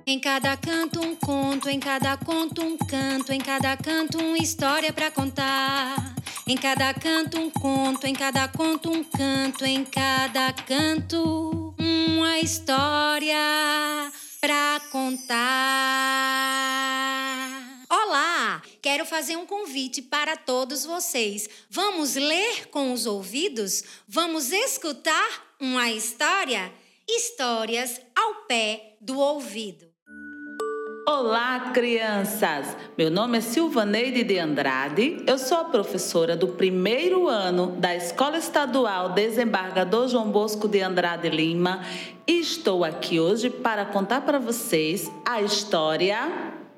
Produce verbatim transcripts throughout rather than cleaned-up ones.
Em cada canto um conto, em cada conto um canto, em cada canto uma história pra contar. Em cada canto um conto, em cada conto um canto, em cada canto uma história pra contar. Olá! Quero fazer um convite para todos vocês. Vamos ler com os ouvidos? Vamos escutar uma história? Histórias ao pé do ouvido. Olá, crianças! Meu nome é Silvaneide de Andrade, eu sou a professora do primeiro ano da Escola Estadual Desembargador João Bosco de Andrade Lima e estou aqui hoje para contar para vocês a história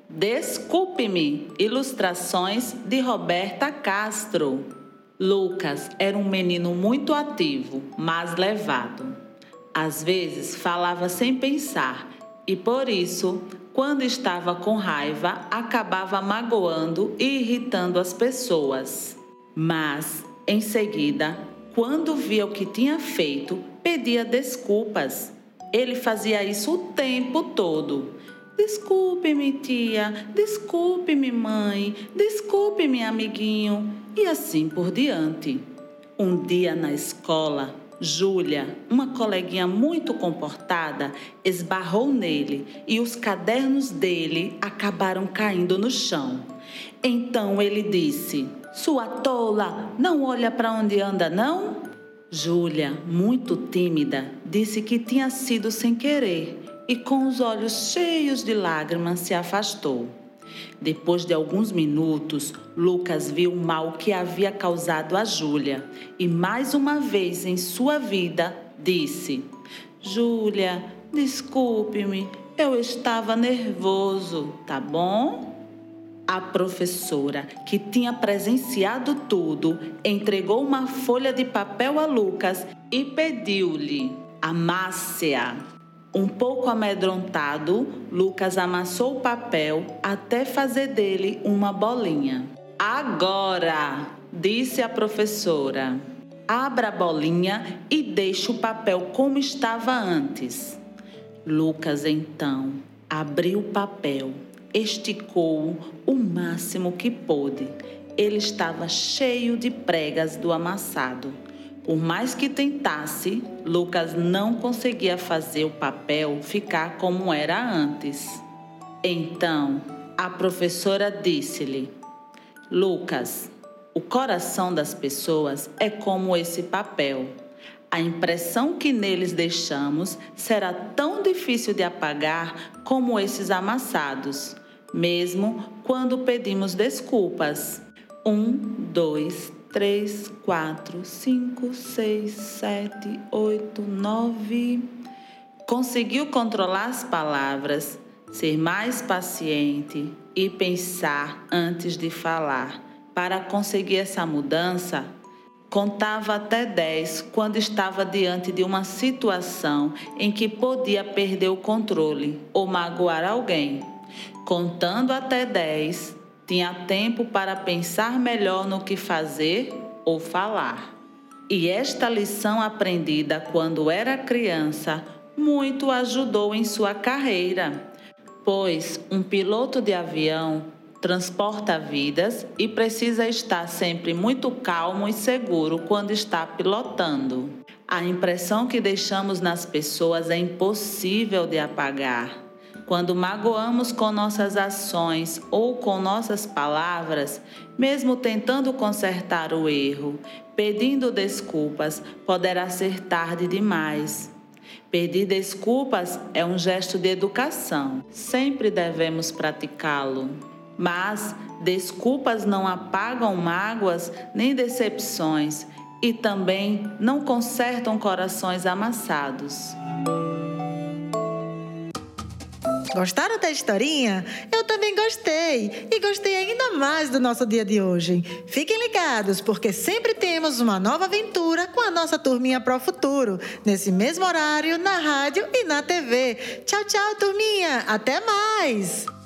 Desculpe-me, ilustrações de Roberta Castro. Lucas era um menino muito ativo, mas levado. Às vezes falava sem pensar e, por isso, quando estava com raiva, acabava magoando e irritando as pessoas. Mas, em seguida, quando via o que tinha feito, pedia desculpas. Ele fazia isso o tempo todo. Desculpe-me, tia. Desculpe-me, mãe. Desculpe-me, amiguinho. E assim por diante. Um dia na escola, Júlia, uma coleguinha muito comportada, esbarrou nele e os cadernos dele acabaram caindo no chão. Então ele disse: "Sua tola, não olha para onde anda, não?" Júlia, muito tímida, disse que tinha sido sem querer e com os olhos cheios de lágrimas se afastou. Depois de alguns minutos, Lucas viu o mal que havia causado a Júlia e mais uma vez em sua vida disse: "Júlia, desculpe-me, eu estava nervoso, tá bom?" A professora, que tinha presenciado tudo, entregou uma folha de papel a Lucas e pediu-lhe: "Amasse-a." Um pouco amedrontado, Lucas amassou o papel até fazer dele uma bolinha. "Agora", disse a professora, "abra a bolinha e deixe o papel como estava antes." Lucas, então, abriu o papel, esticou-o o máximo que pôde. Ele estava cheio de pregas do amassado. Por mais que tentasse, Lucas não conseguia fazer o papel ficar como era antes. Então, a professora disse-lhe: "Lucas, o coração das pessoas é como esse papel. A impressão que neles deixamos será tão difícil de apagar como esses amassados, mesmo quando pedimos desculpas. Um, dois, três, quatro, cinco, seis, sete, oito, nove... Conseguiu controlar as palavras, ser mais paciente e pensar antes de falar. Para conseguir essa mudança, contava até dez quando estava diante de uma situação em que podia perder o controle ou magoar alguém. Contando até dez, tinha tempo para pensar melhor no que fazer ou falar. E esta lição aprendida quando era criança muito ajudou em sua carreira, pois um piloto de avião transporta vidas e precisa estar sempre muito calmo e seguro quando está pilotando. A impressão que deixamos nas pessoas é impossível de apagar. Quando magoamos com nossas ações ou com nossas palavras, mesmo tentando consertar o erro, pedindo desculpas, poderá ser tarde demais. Pedir desculpas é um gesto de educação. Sempre devemos praticá-lo. Mas desculpas não apagam mágoas nem decepções e também não consertam corações amassados. Gostaram da historinha? Eu também gostei. E gostei ainda mais do nosso dia de hoje. Fiquem ligados, porque sempre temos uma nova aventura com a nossa turminha Pro Futuro, nesse mesmo horário, na rádio e na T V. Tchau, tchau, turminha! Até mais!